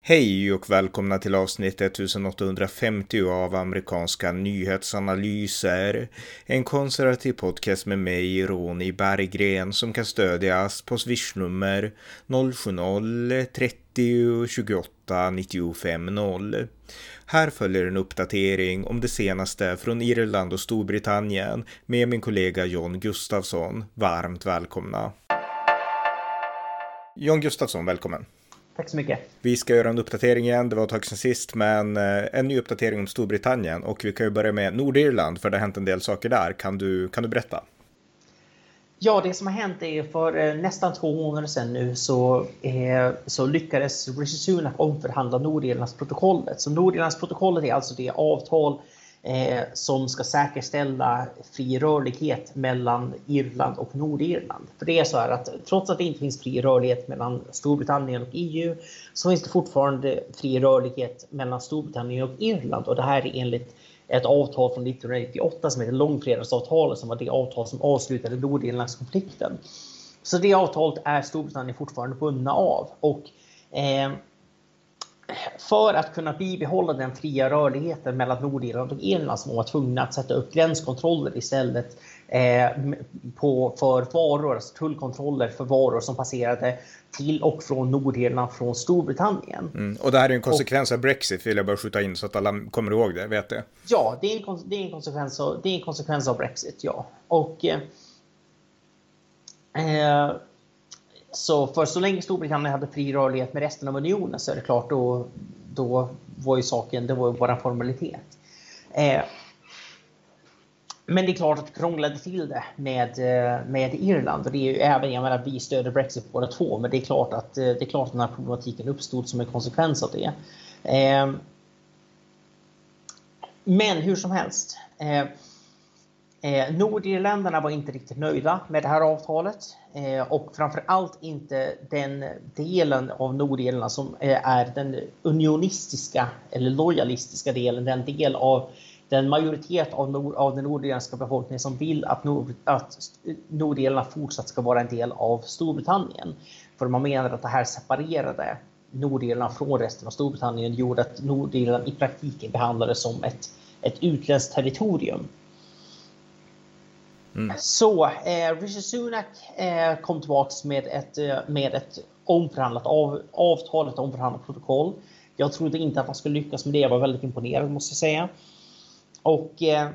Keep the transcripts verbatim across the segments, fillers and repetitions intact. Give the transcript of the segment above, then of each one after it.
Hej och välkomna till avsnitt ettusενåttahundrafemtio av amerikanska nyhetsanalyser. En konservativ podcast med mig, Ronny Berggren, som kan stödjas på swishnummer noll sju noll trettio tjugoåtta nittiofem noll. Här följer en uppdatering om det senaste från Irland och Storbritannien med min kollega John Gustafsson. Varmt välkomna. John Gustafsson, välkommen. Tack så mycket. Vi ska göra en uppdatering igen, det var ett tag sedan sist, men en ny uppdatering om Storbritannien, och vi kan ju börja med Nordirland för det har hänt en del saker där. Kan du, kan du berätta? Ja, det som har hänt är för nästan två månader sedan nu så, eh, så lyckades Rishi Sunak omförhandla Nordirlandsprotokollet. Så Nordirlandsprotokollet är alltså det avtal eh, som ska säkerställa fri rörlighet mellan Irland och Nordirland. För det är så här att trots att det inte finns fri rörlighet mellan Storbritannien och E U så finns det fortfarande fri rörlighet mellan Storbritannien och Irland, och det här är enligt ett avtal från nittonhundranittioåtta som heter Långfredagsavtalet, som var det avtal som avslutade Nordirlandskonflikten. Så det avtalet är Storbritannien fortfarande bundna av, och eh, för att kunna bibehålla den fria rörligheten mellan Nordirland och Irland så var man tvungna att sätta upp gränskontroller istället eh, på, för varor, alltså tullkontroller för varor som passerade till och från Nordirland från Storbritannien. Mm. Och det här är en konsekvens och, av Brexit, vill jag bara skjuta in så att alla kommer ihåg det, vet det? Ja, det är en, det är en, konsekvens, av, det är en konsekvens av Brexit, ja. Och eh, så för så länge Storbritannien hade fri rörlighet med resten av unionen så är det klart då, då var ju saken, det var ju bara en formalitet. Eh, men det är klart att det krånglade till det med, med Irland, och det är ju även, jag menar, vi stöder Brexit båda två, men det är klart att det är klart att den här problematiken uppstod som en konsekvens av det. Eh, men hur som helst, eh, Eh, Nordirländarna var inte riktigt nöjda med det här avtalet, eh, och framförallt inte den delen av Nordirland som eh, är den unionistiska eller lojalistiska delen, den del av den majoritet av, nord, av den nordirländska befolkningen som vill att, nord, att Nordirland fortsatt ska vara en del av Storbritannien. För man menar att det här separerade Nordirland från resten av Storbritannien gjorde att Nordirland i praktiken behandlades som ett, ett utländskt territorium. Mm. Så eh, Rishi Sunak eh, kom tillbaka med ett, med ett omförhandlat av, avtal, ett omförhandlat protokoll. Jag trodde inte att han skulle lyckas med det, jag var väldigt imponerad måste jag säga. Och eh,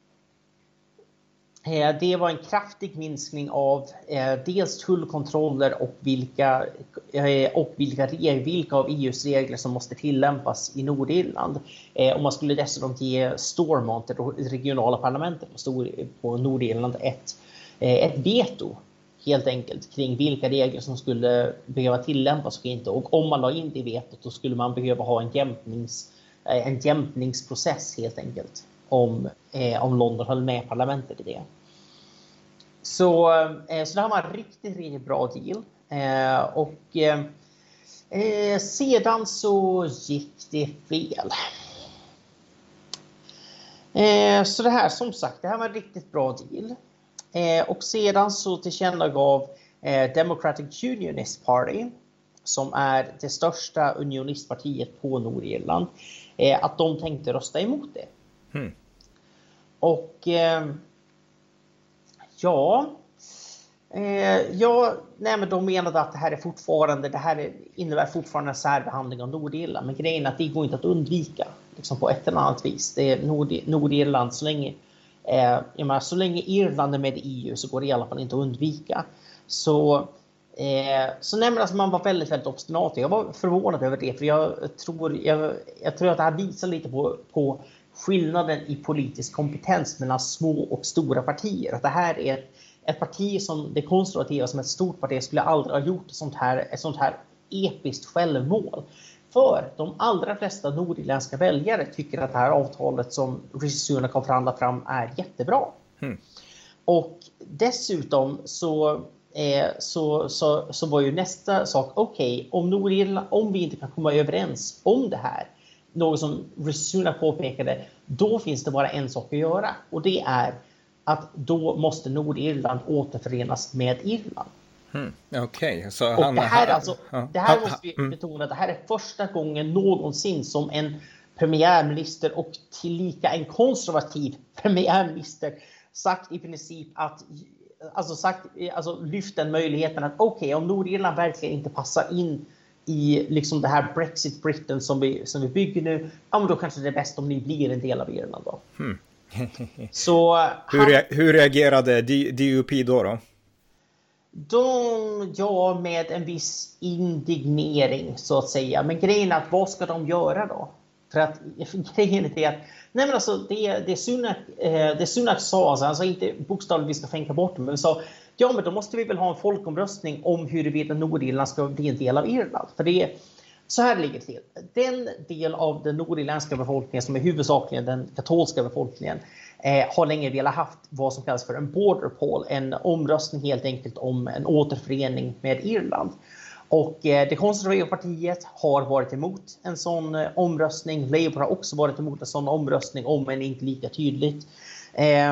det var en kraftig minskning av eh, dels tullkontroller och vilka, eh, och vilka, regler, vilka av E U:s regler som måste tillämpas i Nordirland. Eh, och man skulle dessutom ge Stormont, det regionala parlamentet på, Stor, på Nordirland, ett, eh, ett veto helt enkelt kring vilka regler som skulle behöva tillämpas och inte. Och om man la in det vetot så skulle man behöva ha en, jämtnings, eh, en jämtningsprocess helt enkelt. Om, eh, om London höll med parlamentet i det. Så, eh, så det här var en riktigt, riktigt bra deal. Eh, och eh, sedan så gick det fel. Eh, så det här, som sagt, det här var en riktigt bra deal. Eh, och sedan så tillkännagav eh, Democratic Unionist Party, som är det största unionistpartiet på Nordirland, eh, att de tänkte rösta emot det. Hmm. Och eh, ja, eh, ja nej, men de menade att det här är fortfarande, det här är, innebär fortfarande en särbehandling av Nordirland, men grejen är att det går inte att undvika liksom på ett eller annat vis. Det är Nord, Nordirland, så länge, eh, jag menar, så länge Irland är med i E U så går det i alla fall inte att undvika. Så Eh, så nämligen alltså man var väldigt, väldigt obstinat. Jag var förvånad över det, för jag tror, jag, jag tror att det här visar lite på, på skillnaden i politisk kompetens mellan små och stora partier. Att det här är ett, ett parti som det konservativa, som ett stort parti, skulle aldrig ha gjort ett sånt här, ett sånt här episkt självmål. För de allra flesta nordirländska väljare tycker att det här avtalet som Rishi Sunak har förhandlat fram är jättebra. Mm. Och dessutom så Eh, så, så, så var ju nästa sak, okej, okay, om Nordirland, om vi inte kan komma överens om det här, något som Rishi Sunak påpekade, då finns det bara en sak att göra, och det är att då måste Nordirland återförenas med Irland. Mm. Okej, okay. Så och han... det här, han, alltså, ja. det här måste vi betona, mm. det här är första gången någonsin som en premiärminister och tillika en konservativ premiärminister sagt i princip att, alltså sagt, alltså lyft den möjligheten att okej, okay, om Nordirland verkligen inte passar in i liksom det här Brexit Britain som vi, som vi bygger nu, ja men då kanske det är bäst om ni blir en del av Irland då. Hmm. Så hur, han, hur reagerade D U P då då? De, ja, med en viss indignering så att säga. Men grejen är att vad ska de göra då? För att grejen är att nej men alltså det, det Sunak, det Sunak sa, alltså inte bokstavligt vi ska tänka bort det, men vi sa ja men då måste vi väl ha en folkomröstning om huruvida Nordirland ska bli en del av Irland. För det är så här ligger det till. Den del av den nordirländska befolkningen som är huvudsakligen den katolska befolkningen eh, har länge velat haft vad som kallas för en border poll, en omröstning helt enkelt om en återförening med Irland. Och eh, det konservativa partiet har varit emot en sån eh, omröstning. Labour har också varit emot en sån omröstning, om än inte lika tydligt. Eh,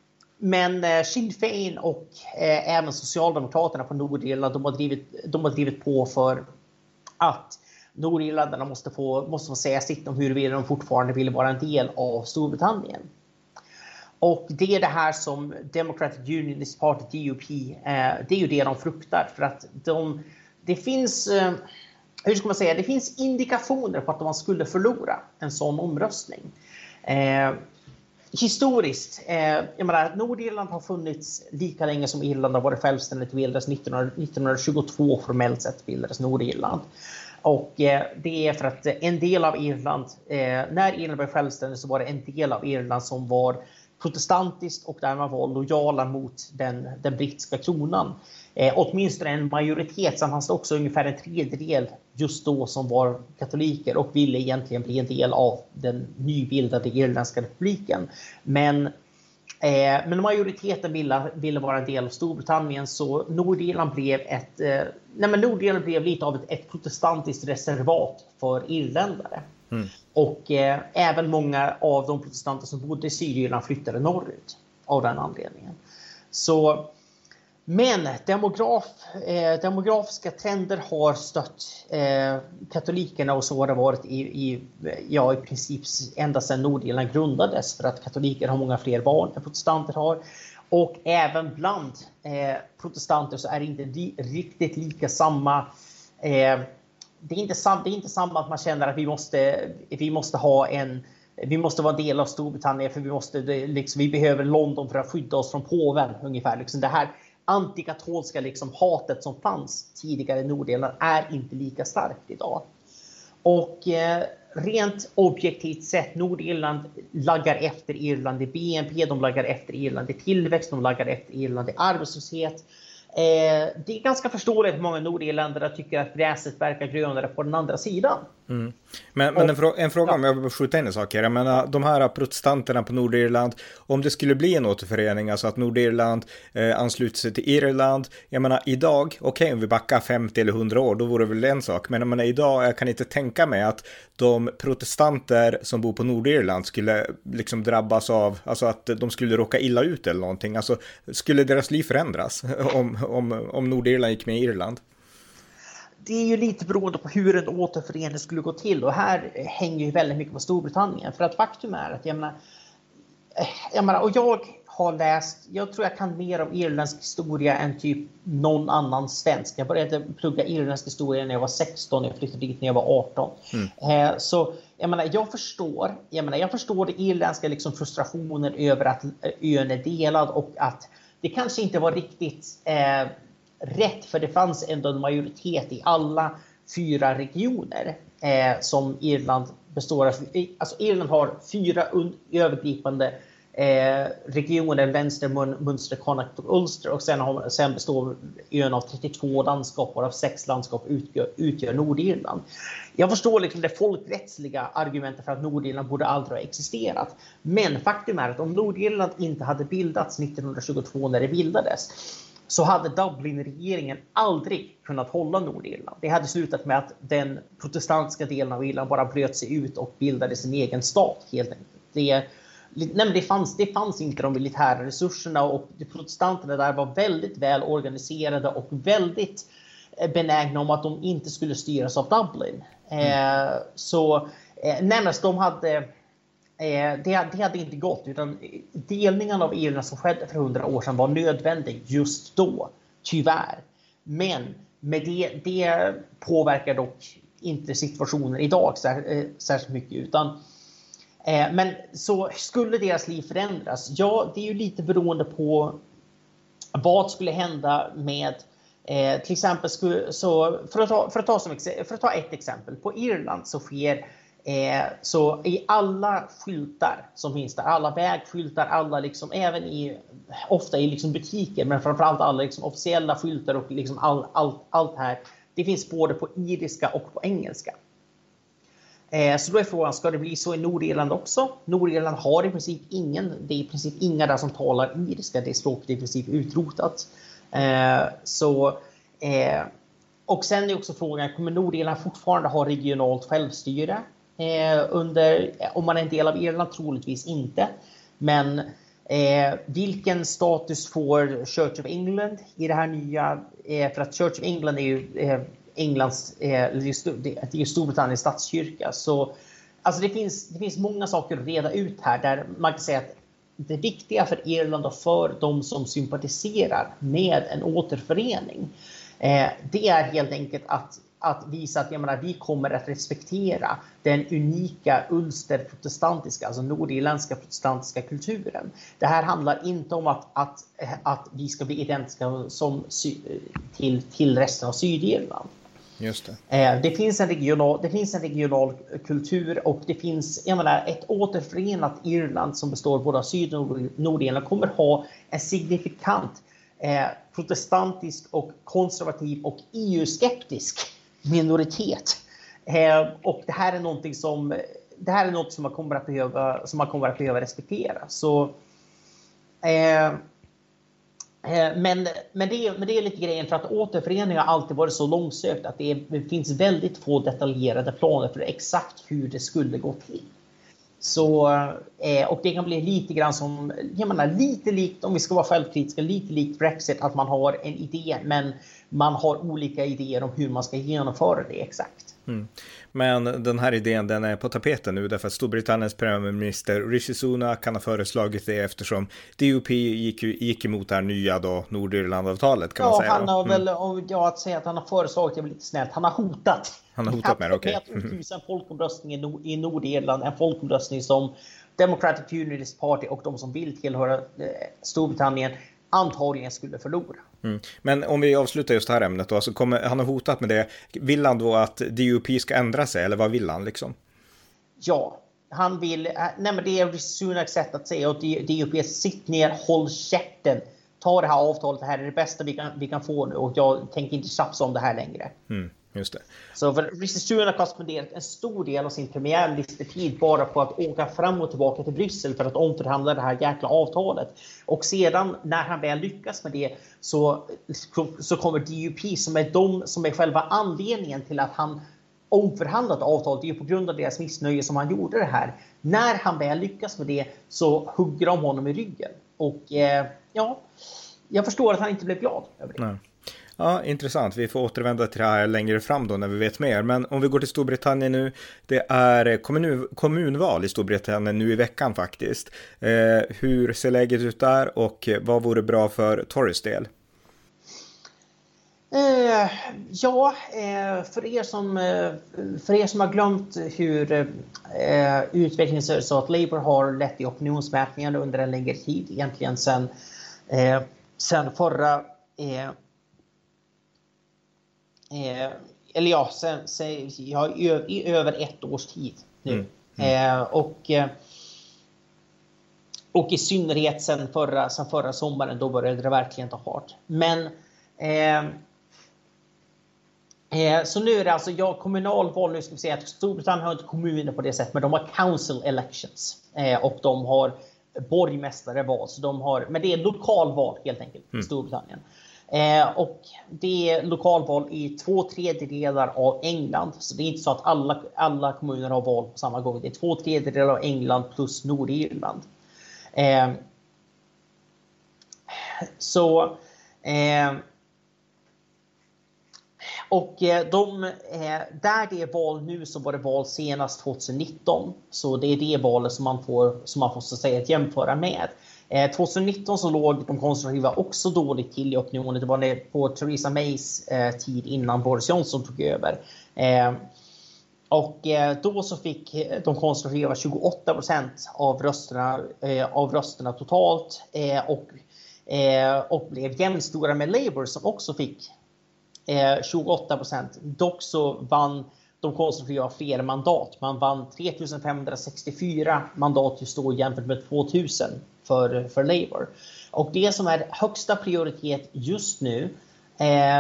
men eh, Sinn Féin och eh, även Socialdemokraterna på Nordirland, de har drivit, de har drivit på för att Nordirländarna måste få, måste få säga sitt om huruvida de fortfarande vill vara en del av Storbritannien. Och det är det här som Democratic Unionist Party, D U P, eh, det är ju det de fruktar. För att de, det finns, eh, hur ska man säga, det finns indikationer på att man skulle förlora en sån omröstning. Eh, historiskt, eh, jag menar, Nordirland har funnits lika länge som Irland har varit självständigt, bildades nittonhundratjugotvå formellt sett bildades Nordirland. Och eh, det är för att en del av Irland, eh, när Irland var självständigt så var det en del av Irland som var protestantiskt och där man var lojala mot den, den brittiska kronan. Eh, åtminstone en majoritet, sen fanns det också ungefär en tredjedel just då som var katoliker och ville egentligen bli en del av den nybildade irländska republiken. Men Eh, men majoriteten ville, ville vara en del av Storbritannien, så Nordirland blev ett eh, nej men Nordirland blev lite av ett, ett protestantiskt reservat för irländare. Mm. Och eh, även många av de protestanter som bodde i Sydirland flyttade norrut av den anledningen. Så men demograf, eh, demografiska trender har stött eh, katolikerna, och så har det varit i, i, ja, i princip ända sedan Nordirland grundades, för att katoliker har många fler barn än protestanter har. Och även bland eh, protestanter så är det inte li, riktigt lika samma, eh, det, är inte sam, det är inte samma att man känner att vi måste, vi måste ha en Vi måste vara del av Storbritannien för vi, måste, liksom, vi behöver London för att skydda oss från påven ungefär. Liksom det här antikatolska liksom hatet som fanns tidigare i Nordirland är inte lika starkt idag. Och eh, rent objektivt sett, Nordirland laggar efter Irland i B N P, de laggar efter Irland i tillväxt, de laggar efter Irland i arbetslöshet. Eh, det är ganska förståeligt att många nordirländare tycker att gräset verkar grönare på den andra sidan. Mm. Men, men en, frå- en fråga, ja. Om jag vill skjuta in en sak här. Jag menar, de här protestanterna på Nordirland, om det skulle bli en återförening, alltså att Nordirland eh, ansluter sig till Irland, jag menar idag, okej okay, om vi backar femtio eller hundra år, då vore det väl en sak, men jag menar idag, jag kan inte tänka mig att de protestanter som bor på Nordirland skulle liksom drabbas av, alltså att de skulle råka illa ut eller någonting, alltså skulle deras liv förändras om, om, om Nordirland gick med i Irland? Det är ju lite beroende på hur en återförening skulle gå till, och här hänger ju väldigt mycket på Storbritannien, för att faktum är att jag menar, jag menar, och jag har läst, jag tror jag kan mer om irländsk historia än typ någon annan svensk. Jag började plugga irländsk historia när jag var sexton, jag flyttade dit när jag var arton. Mm. Så jag menar, jag förstår, jag menar, jag förstår det irländska liksom frustrationen över att ön är delad och att det kanske inte var riktigt eh, rätt, för det fanns ändå en majoritet i alla fyra regioner eh, som Irland består av. Alltså Irland har fyra un- övergripande eh, regioner, Leinster, Munster, Connacht och Ulster, och sen, har, sen består ön av trettiotvå landskap, varav sex landskap utgör, utgör Nordirland. Jag förstår liksom det folkrättsliga argumentet för att Nordirland borde aldrig ha existerat, men faktum är att om Nordirland inte hade bildats nittonhundratjugotvå när det bildades, så hade Dublin-regeringen aldrig kunnat hålla Nordirland. Det hade slutat med att den protestantiska delen av Irland bara bröt sig ut och bildade sin egen stat helt enkelt. Det, nej men det, fanns, det fanns inte de militära resurserna, och de protestanterna där var väldigt väl organiserade och väldigt benägna om att de inte skulle styras av Dublin. Mm. Eh, så eh, närmast de hade, eh, det, det hade inte gått, utan delningen av Irland som skedde för hundra år sedan var nödvändig just då, tyvärr. Men med det, det påverkar dock inte situationen idag särskilt mycket, utan eh, men så skulle deras liv förändras. Ja, det är ju lite beroende på vad skulle hända med eh, till exempel skulle, så för att ta för att ta som för att ta ett exempel på Irland, så sker eh, så i alla skyltar som finns där, alla vägskyltar, alla liksom även i ofta i liksom butiker, men framförallt alla liksom officiella skyltar och liksom all, all, allt här. Det finns både på iriska och på engelska. Eh, så då är frågan, ska det bli så i Nordirland också? Nordirland har i princip ingen, det är i princip inga där som talar iriska, det språket är i princip utrotat. Eh, så, eh, och sen är också frågan, kommer Nordirland fortfarande ha regionalt självstyre? Eh, under, om man är en del av Irland, troligtvis inte. Men Eh, vilken status får Church of England i det här nya? Eh, för att Church of England är ju eh, Englands, eh, det är ju Storbritanniens statskyrka. Så alltså det finns, det finns många saker att reda ut här, där man kan säga att det viktiga för Irland och för de som sympatiserar med en återförening, eh, det är helt enkelt att att visa att jag menar, vi kommer att respektera den unika Ulster-protestantiska, alltså nordirländska protestantiska kulturen. Det här handlar inte om att, att, att vi ska bli identiska som, till, till resten av Sydirland. Just det. Det finns en regional, det finns en regional kultur, och det finns, jag menar, ett återförenat Irland som består både av Syd- och Nordirland kommer ha en signifikant eh, protestantisk och konservativ och E U-skeptisk minoritet. Eh, och det här är någonting som det här är något som man kommer att behöva som man kommer att behöva respektera. Så eh, eh, men men det är men det är lite grejen, för att återförening har alltid varit så långsökt att det, är, det finns väldigt få detaljerade planer för exakt hur det skulle gå till. Så eh, och det kan bli lite grann som, jag menar, lite likt, om vi ska vara självkritiska, lite likt Brexit, att man har en idé men man har olika idéer om hur man ska genomföra det exakt. Mm. Men den här idén, den är på tapeten nu, därför att Storbritanniens premiärminister Rishi Sunak kan ha föreslagit det, eftersom D U P gick, gick emot det här nya då Nordirlandavtalet, kan ja, man säga. Han har mm. väl, ja, att säga att han har föreslagit, jag blir lite snällt, han har hotat. Han har hotat med det, okej. Okay. Mm. En folkomröstning i Nordirland, en folkomröstning som Democratic Unionist Party och de som vill tillhöra Storbritannien antagligen skulle förlora. Mm. Men om vi avslutar just det här ämnet då, så kommer, han har hotat med det. Vill han då att D U P ska ändra sig, eller vad vill han liksom? Ja, han vill, nej men det är Sunaks sätt att säga åt D U P, sitt ner, håll käften, ta det här avtalet, det här är det bästa vi kan, vi kan få nu, och jag tänker inte tjafsa om det här längre. Mm. Just det. Så för Rishi Sunak har spenderat en stor del av sin premiärlistetid bara på att åka fram och tillbaka till Bryssel för att omförhandla det här jäkla avtalet. Och sedan när han väl lyckas med det, så, så kommer D U P, som är de som är själva anledningen till att han omförhandlat avtalet. Det är ju på grund av deras missnöje som han gjorde det här. När han väl lyckas med det, så hugger de honom i ryggen. Och eh, ja, jag förstår att han inte blev glad över det. Nej. Ja, intressant. Vi får återvända till det här längre fram då när vi vet mer. Men om vi går till Storbritannien nu. Det är kommun, kommunval i Storbritannien nu i veckan faktiskt. Eh, hur ser läget ut där, och vad vore bra för Tories del? Eh, ja, eh, för, er som, eh, för er som har glömt hur eh, utvecklingen ser ut, så att Labour har lett i opinionsmätningar under en längre tid. Egentligen sen, eh, sen förra... Eh, Eh, eller ja, sen, sen, ja i, i över ett års tid nu. Mm. Mm. Eh, och, eh, och i synnerhet sen förra, sen förra sommaren, då började det verkligen ta fart. Men eh, eh, så nu är det alltså, ja, kommunalval, nu ska vi säga att Storbritannien har inte kommuner på det sättet, men de har council elections eh, och de har borgmästareval, så de har, men det är lokalval helt enkelt i Storbritannien. Eh, och det är lokalval i två tredjedelar av England, så det är inte så att alla, alla kommuner har val på samma gång. Det är två tredjedelar av England plus Nordirland. Eh, så eh, och de, eh, där det är val nu så var det val senast tjugonitton. Så det är det valet som man får, som man får så att säga att jämföra med. Eh, tjugonitton så låg de konservativa också dåligt till i opinionen. Det var det på Theresa Mays eh, tid innan Boris Johnson tog över. Eh, och eh, då så fick de konservativa tjugoåtta procent av rösterna, eh, av rösterna totalt. Eh, och, eh, och blev jämnstora med Labour som också fick Eh, tjugoåtta procent. Dock så vann de konservativa fler mandat. Man vann tre tusen femhundrasextiofyra mandat just då jämfört med tvåtusen för, för Labour. Och det som är högsta prioritet just nu eh,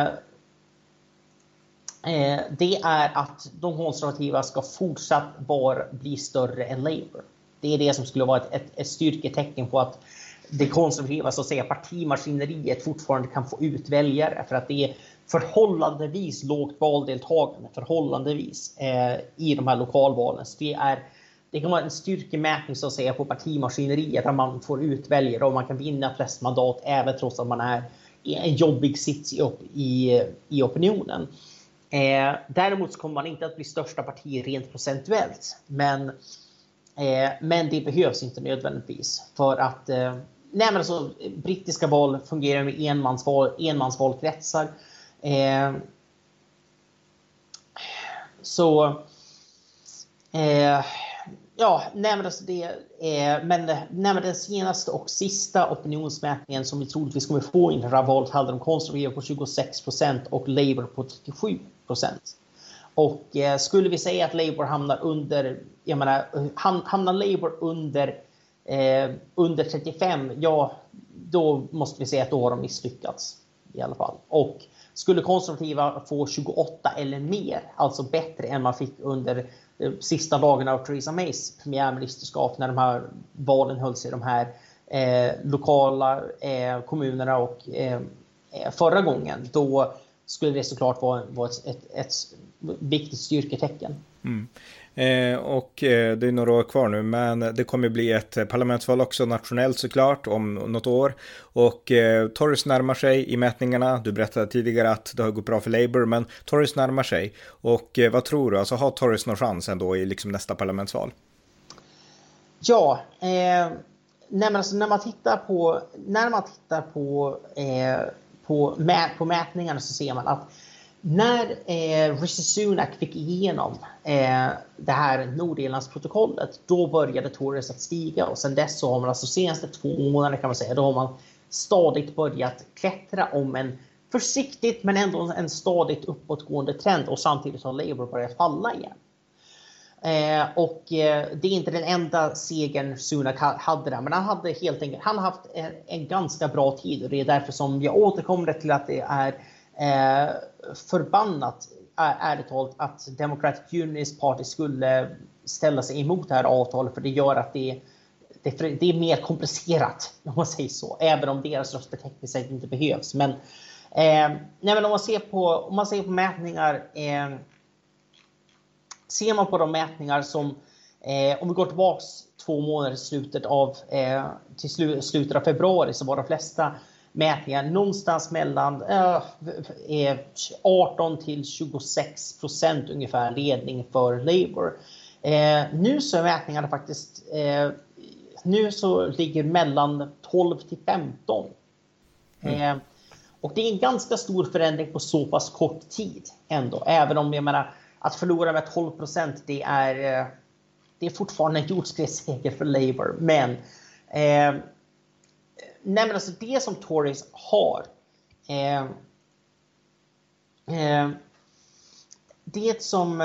eh, det är att de konservativa ska fortsatt bara bli större än Labour. Det är det som skulle vara ett, ett, ett styrketecken på att det konservativa så att säga partimaskineriet fortfarande kan få ut väljare, för att det är förhållandevis lågt valdeltagande förhållandevis eh, i de här lokalvalen. Så det, är, det kan vara en styrkemätning så att säga på partimaskineriet där man får ut väljare och man kan vinna flest mandat även trots att man är i en jobbig sits i, i, i opinionen. Eh, däremot så kommer man inte att bli största parti rent procentuellt, men, eh, men det behövs inte nödvändigtvis för att eh, nej men alltså, brittiska val fungerar med enmansval, enmansvalkretsar. Eh, så eh, ja, nej men, alltså det, eh, men, nej men den senaste och sista opinionsmätningen som vi troligtvis kommer få i det här valet hade de konservativa på tjugosex procent och Labour på trettiosju procent. Och eh, skulle vi säga att Labour hamnar under, jag menar, ham, hamnar Labour under eh, under trettiofem, ja då måste vi säga att då har de misslyckats i alla fall. Och skulle konservativa få tjugoåtta eller mer, alltså bättre än man fick under de sista dagarna av Theresa Mays premiärministerskap när de här valen hölls i de här eh, lokala eh, kommunerna och eh, förra gången, då skulle det såklart vara, vara ett, ett, ett viktigt styrketecken. Mm. Eh, och eh, det är några år kvar nu, men det kommer bli ett parlamentsval också nationellt såklart om något år, och eh, Tories närmar sig i mätningarna. Du berättade tidigare att det har gått bra för Labour, men Tories närmar sig, och eh, vad tror du? Alltså, har Tories någon chans ändå i liksom nästa parlamentsval? Ja, eh, nej men alltså, när man tittar på när man tittar på eh, på, mä, på mätningarna så ser man att när eh, Rishi Sunak fick igenom eh, det här Nordirlandsprotokollet, då började Tories att stiga, och sen dess så har man alltså senaste två månader kan man säga, då har man stadigt börjat klättra om en försiktigt men ändå en stadigt uppåtgående trend, och samtidigt har Labour börjat falla igen. Eh, och eh, det är inte den enda segern Sunak hade där, men han hade helt enkelt han har haft en, en ganska bra tid, och det är därför som jag återkommer till att det är eh, förbannat ärligt talat att Democratic Unionist Party skulle ställa sig emot det här avtalet, för det gör att det, det, det är mer komplicerat om man säger så, även om deras röster tekniskt sett inte behövs. Men, eh, nej, men om man ser på, om man ser på mätningar eh, ser man på de mätningar som eh, om vi går tillbaks två månader i slutet av eh, till slu, slutet av februari, så var de flesta mätningar någonstans mellan eh, arton till tjugosex procent ungefär ledning för Labour. Eh, nu så är mätningarna faktiskt eh, nu så ligger mellan tolv till femton. Mm. Eh, och det är en ganska stor förändring på så pass kort tid ändå, även om jag menar att förlora med tolv procent, det är det är fortfarande en jordskredsseger för Labour, men eh, nej men alltså det som Tories har eh, eh, det som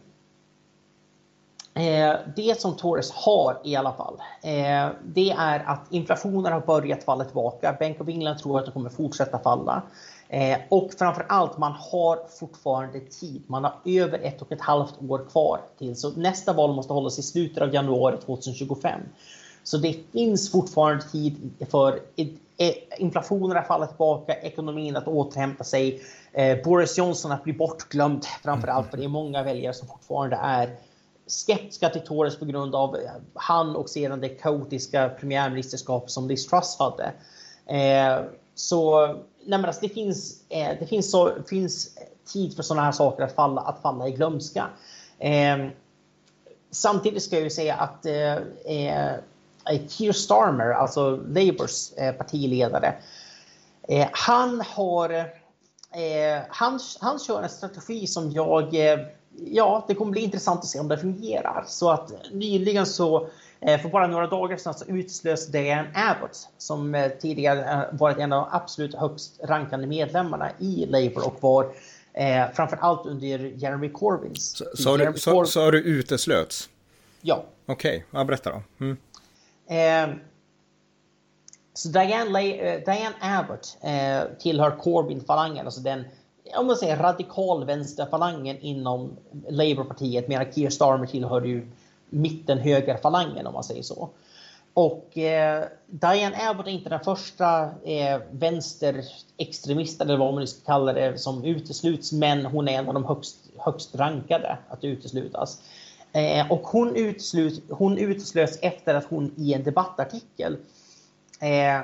eh, det som Tories har i alla fall eh, det är att inflationen har börjat falla tillbaka. Bank of England tror att det kommer fortsätta falla. Eh, och framförallt man har fortfarande tid. Man har över ett och ett halvt år kvar till. Så nästa val måste hållas i slutet av januari tjugohundratjugofem. Så det finns fortfarande tid för eh, inflationen att falla tillbaka, ekonomin att återhämta sig, eh, Boris Johnson att bli bortglömd framförallt, för det är många väljare som fortfarande är skeptiska till Tories på grund av han och sedan det kaotiska premiärministerskap som Liz Truss hade. Eh, så nej, men alltså, det finns eh, det finns så finns tid för sådana här saker att falla att falla i glömska. Eh, samtidigt ska jag ju säga att eh, eh, Keir Starmer, alltså Labours eh, partiledare, eh, han har eh, han han kör en strategi som jag eh, ja, det kommer bli intressant att se om det fungerar. Så att nyligen så, för bara några dagar sedan, så uteslös Diane Abbott, som tidigare varit en av de absolut högst rankande medlemmarna i Labour och var eh, framförallt under Jeremy Corbyns. Så, så, Jeremy du, så, Corb- så har du uteslöts? Ja. Okej, okay. Ja, berätta då. Mm. Eh, så Diane, eh, Diane Abbott eh, tillhör Corbyn-falangen, alltså den om man säger radikal vänsterfalangen inom Labourpartiet, medan Keir Starmer tillhör ju mitten-högerfalangen, om man säger så. Och eh, Diane Abbott är inte den första eh, vänsterextremisten, eller vad man nu ska kalla det, som utesluts, men hon är en av de högst, högst rankade att uteslutas. Eh, och hon, uteslut, hon uteslöts efter att hon i en debattartikel eh,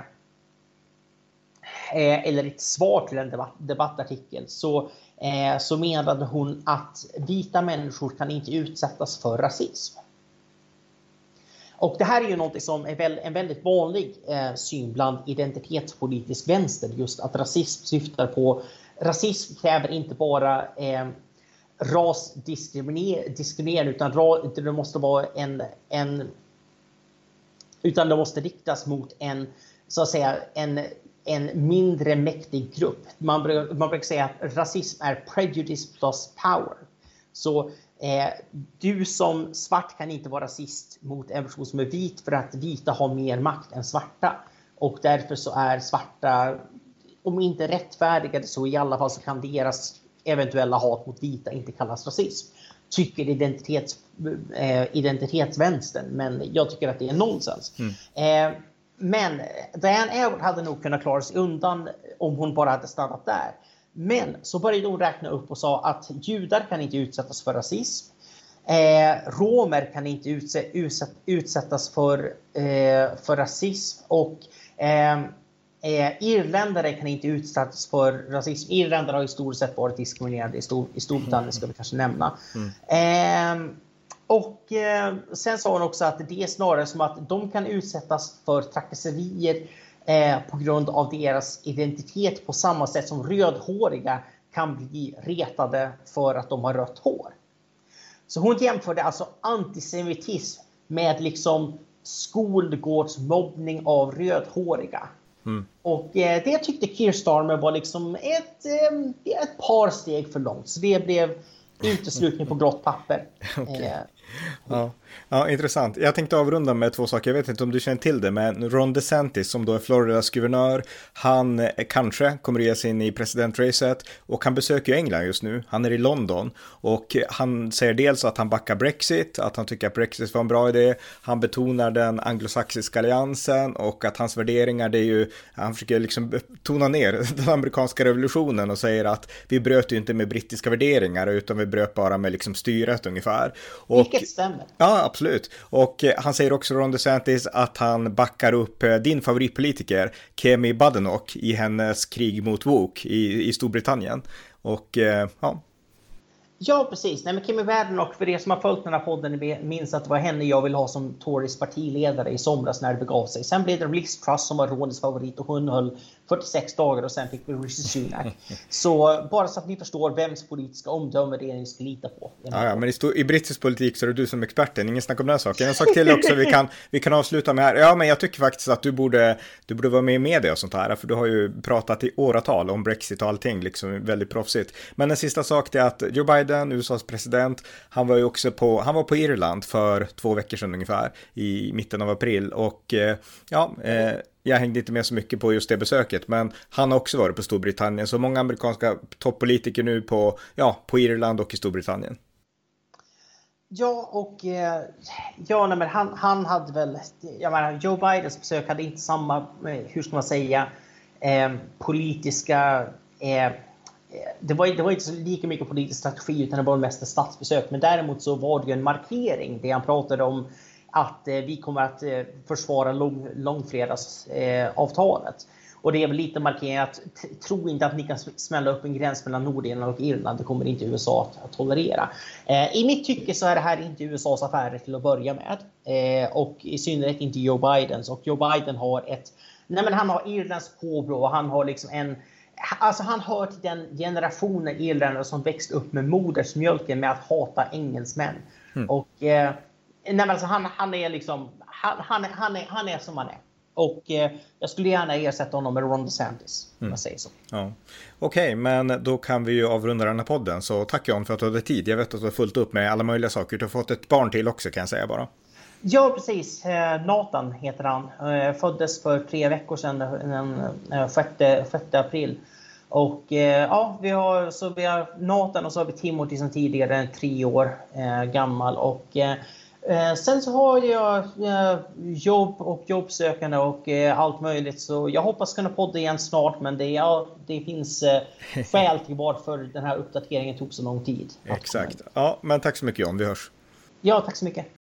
eller ett svar till en debatt, debattartikel så, eh, så menade hon att vita människor kan inte utsättas för rasism. Och det här är ju något som är väl, en väldigt vanlig eh, syn bland identitetspolitisk vänster, just att rasism syftar på, rasism kräver inte bara eh, rasdiskriminering, utan ra, det måste vara en, en utan det måste riktas mot en, så att säga, en en mindre mäktig grupp. Man brukar, man brukar säga att rasism är prejudice plus power. Så eh, du som svart kan inte vara rasist mot en person som är vit, för att vita har mer makt än svarta. Och därför så är svarta, om inte rättfärdigade, så i alla fall så kan deras eventuella hat mot vita inte kallas rasism. Tycker identitets, eh, identitetsvänstern, men jag tycker att det är nonsens. Mm. Eh, Men Diane Abbott hade nog kunnat klara sig undan om hon bara hade stannat där. Men så började hon räkna upp och sa att judar kan inte utsättas för rasism. Eh, romer kan inte utse, utsätt, utsättas för, eh, för rasism. Och eh, eh, irländare kan inte utsättas för rasism. Irländare har i stort sett varit diskriminerade i, Stor, i Storbritannien, ska vi kanske nämna. Mm. Eh, Och eh, sen sa hon också att det är snarare som att de kan utsättas för trakasserier eh, på grund av deras identitet, på samma sätt som rödhåriga kan bli retade för att de har rött hår. Så hon jämförde alltså antisemitism med liksom skolgårdsmobbning av rödhåriga. Mm. Och eh, det tyckte Keir Starmer var liksom ett, eh, ett par steg för långt. Så det blev uteslutning på grått papper. Okay. Eh, Ja, ja, intressant. Jag tänkte avrunda med två saker. Jag vet inte om du känner till det, men Ron DeSantis, som då är Floridas guvernör, han eh, kanske kommer att ge sig in i presidentracet, och han besöker ju England just nu. Han är i London och han säger dels att han backar Brexit, att han tycker att Brexit var en bra idé. Han betonar den anglosaxiska alliansen och att hans värderingar, det är ju, han försöker liksom tona ner den amerikanska revolutionen och säger att vi bröt ju inte med brittiska värderingar, utan vi bröt bara med liksom styret ungefär. Och vilket stämmer. Ja, absolut. Och eh, han säger också, Ron DeSantis, att han backar upp eh, din favoritpolitiker Kemi Badenoch i hennes krig mot woke i, i Storbritannien. Och eh, ja. Ja, precis. Nej, men Kemi Badenoch, för det som har följt den här podden, minns att det var henne jag ville ha som Tories partiledare i somras när det begav sig. Sen blev det Liz Truss som var Rons favorit, och hon höll fyrtiosex dagar, och sen fick vi Rishi Sunak. Så bara så att ni förstår vems politiska omdöme det är ni ska lita på. Ja, ja, men i, i brittisk politik så är det du som är experten, ingen snack om den här saken. En sak till också, vi kan, vi kan avsluta med här. Ja, men jag tycker faktiskt att du borde, du borde vara med i media och sånt här, för du har ju pratat i åratal om Brexit och allting, liksom väldigt proffsigt. Men en sista sak är att Joe Biden, U S A:s president, han var ju också på, han var på Irland för två veckor sedan ungefär, i mitten av april, och eh, ja, eh, jag hängde inte med så mycket på just det besöket, men han har också varit på Storbritannien, så många amerikanska toppolitiker nu på, ja, på Irland och i Storbritannien. Ja, och eh, ja, nej, men han, han hade väl, jag menar, Joe Bidens besök hade inte samma, hur ska man säga, eh, politiska, eh, det var, det var inte så lika mycket politisk strategi utan det var mest ett statsbesök. Men däremot så var det ju en markering det han pratade om att eh, vi kommer att eh, försvara lång, långfredagsavtalet. Eh, och det är väl lite markering att tro inte att ni kan smälla upp en gräns mellan Nordirland och Irland. Det kommer inte U S A att, att tolerera. Eh, I mitt tycke så är det här inte U S As affärer till att börja med. Eh, och i synnerhet inte Joe Bidens. Och Joe Biden har ett... Nej, men han har Irlands påbrå och han har liksom en... Alltså han hör till den generationen irländare som växt upp med modersmjölken med att hata engelsmän. Mm. Och eh, nej, men alltså han, han är liksom... Han, han, han, är, han är som han är. Och eh, jag skulle gärna ersätta honom med Ron DeSantis, om mm. jag säger så. Ja. Okej, okay, men då kan vi ju avrunda den här podden. Så tack John för att du hade tid. Jag vet att du har fullt upp med alla möjliga saker. Du har fått ett barn till också, kan jag säga bara. Ja, precis. Eh, Nathan heter han. Eh, föddes för tre veckor sedan, den eh, sjätte april. Och eh, ja, vi har, så vi har Nathan och så har vi Timothy som tidigare, tre år eh, gammal. Och... Eh, Eh, sen så har jag eh, jobb och jobbsökande och eh, allt möjligt. Så jag hoppas kunna podda igen snart. Men det, ja, det finns eh, skäl till varför den här uppdateringen tog så lång tid. Exakt. Ja, men tack så mycket John, vi hörs. Ja, tack så mycket.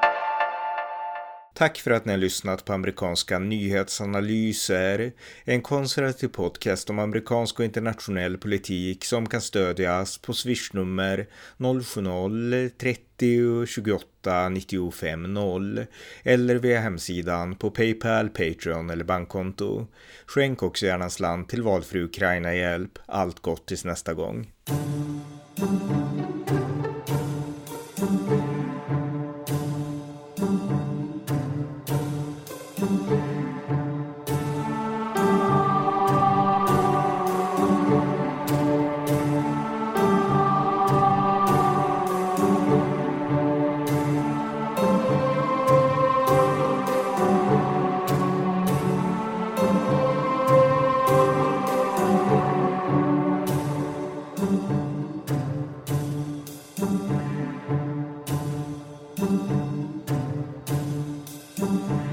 Tack för att ni har lyssnat på amerikanska nyhetsanalyser, en konservativ podcast om amerikansk och internationell politik som kan stödjas på swishnummer noll sju noll trettio tjugoåtta nittiofem noll eller via hemsidan på PayPal, Patreon eller bankkonto. Skänk också gärna en slant till valfri Ukraina-hjälp. Allt gott tills nästa gång. Thank you.